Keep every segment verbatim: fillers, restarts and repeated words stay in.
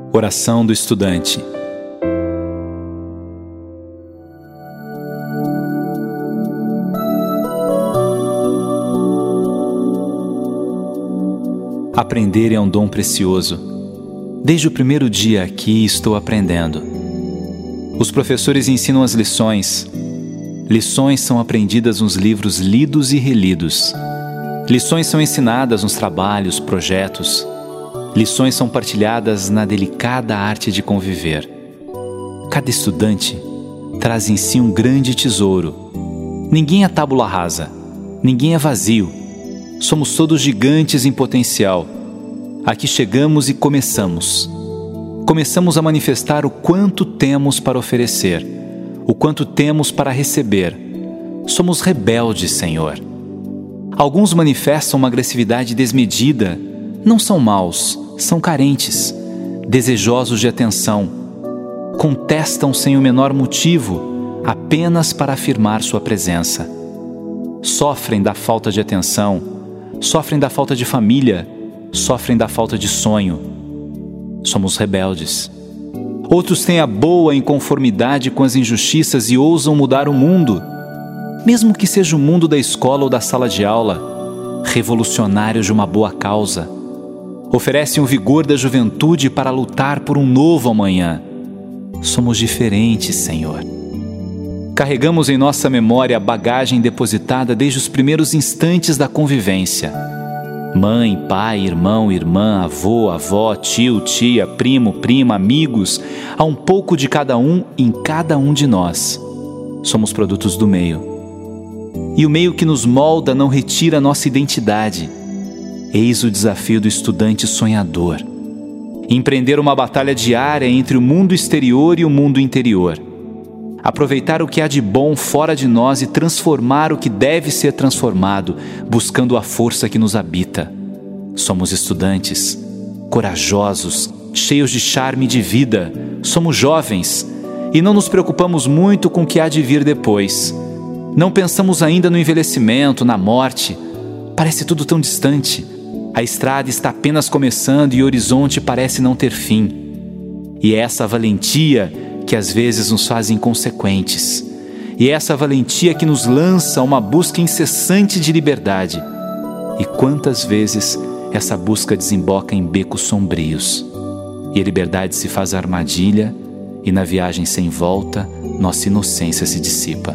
Oração do estudante. Aprender é um dom precioso. Desde o primeiro dia aqui estou aprendendo. Os professores ensinam as lições. Lições são aprendidas nos livros lidos e relidos. Lições são ensinadas nos trabalhos, projetos. Lições são partilhadas na delicada arte de conviver. Cada estudante traz em si um grande tesouro. Ninguém é tábula rasa. Ninguém é vazio. Somos todos gigantes em potencial. Aqui chegamos e começamos. Começamos a manifestar o quanto temos para oferecer, o quanto temos para receber. Somos rebeldes, Senhor. Alguns manifestam uma agressividade desmedida. Não são maus, são carentes, desejosos de atenção. Contestam sem o menor motivo, apenas para afirmar sua presença. Sofrem da falta de atenção, sofrem da falta de família, sofrem da falta de sonho. Somos rebeldes. Outros têm a boa inconformidade com as injustiças e ousam mudar o mundo, mesmo que seja o mundo da escola ou da sala de aula, revolucionários de uma boa causa. Oferecem o vigor da juventude para lutar por um novo amanhã. Somos diferentes, Senhor. Carregamos em nossa memória a bagagem depositada desde os primeiros instantes da convivência. Mãe, pai, irmão, irmã, avô, avó, tio, tia, primo, prima, amigos, há um pouco de cada um em cada um de nós. Somos produtos do meio. E o meio que nos molda não retira nossa identidade. Eis o desafio do estudante sonhador. Empreender uma batalha diária entre o mundo exterior e o mundo interior. Aproveitar o que há de bom fora de nós e transformar o que deve ser transformado, buscando a força que nos habita. Somos estudantes, corajosos, cheios de charme e de vida. Somos jovens e não nos preocupamos muito com o que há de vir depois. Não pensamos ainda no envelhecimento, na morte. Parece tudo tão distante. A estrada está apenas começando e o horizonte parece não ter fim. E é essa valentia que às vezes nos faz inconsequentes. E é essa valentia que nos lança a uma busca incessante de liberdade. E quantas vezes essa busca desemboca em becos sombrios. E a liberdade se faz armadilha e na viagem sem volta, nossa inocência se dissipa.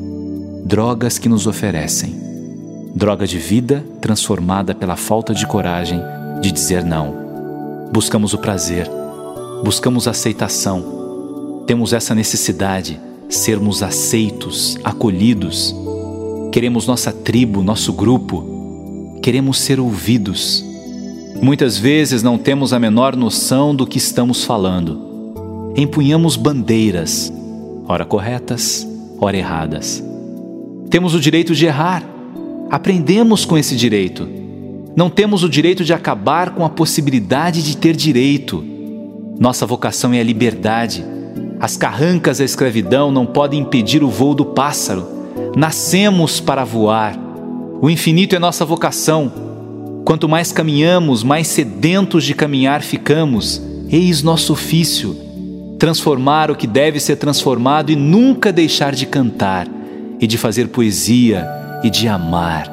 Drogas que nos oferecem. Droga de vida transformada pela falta de coragem de dizer não. Buscamos o prazer. Buscamos a aceitação. Temos essa necessidade, sermos aceitos, acolhidos. Queremos nossa tribo, nosso grupo. Queremos ser ouvidos. Muitas vezes não temos a menor noção do que estamos falando. Empunhamos bandeiras, ora corretas, ora erradas. Temos o direito de errar. Aprendemos com esse direito. Não temos o direito de acabar com a possibilidade de ter direito. Nossa vocação é a liberdade. As carrancas da escravidão não podem impedir o voo do pássaro. Nascemos para voar. O infinito é nossa vocação. Quanto mais caminhamos, mais sedentos de caminhar ficamos. Eis nosso ofício: transformar o que deve ser transformado e nunca deixar de cantar, e de fazer poesia e de amar.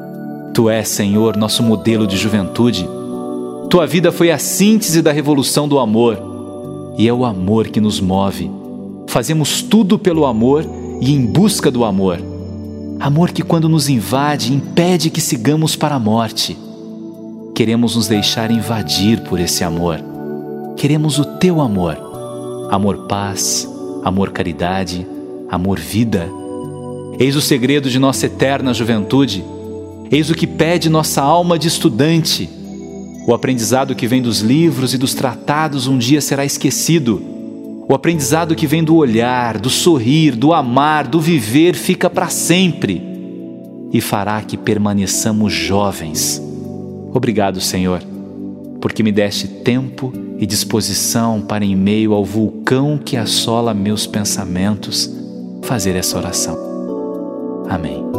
Tu és, Senhor, nosso modelo de juventude. Tua vida foi a síntese da revolução do amor. E é o amor que nos move. Fazemos tudo pelo amor e em busca do amor. Amor que, quando nos invade, impede que sigamos para a morte. Queremos nos deixar invadir por esse amor. Queremos o teu amor. Amor paz, amor caridade, amor vida. Eis o segredo de nossa eterna juventude. Eis o que pede nossa alma de estudante. O aprendizado que vem dos livros e dos tratados um dia será esquecido. O aprendizado que vem do olhar, do sorrir, do amar, do viver fica para sempre e fará que permaneçamos jovens. Obrigado, Senhor, porque me deste tempo e disposição para, em meio ao vulcão que assola meus pensamentos, fazer essa oração. Amém.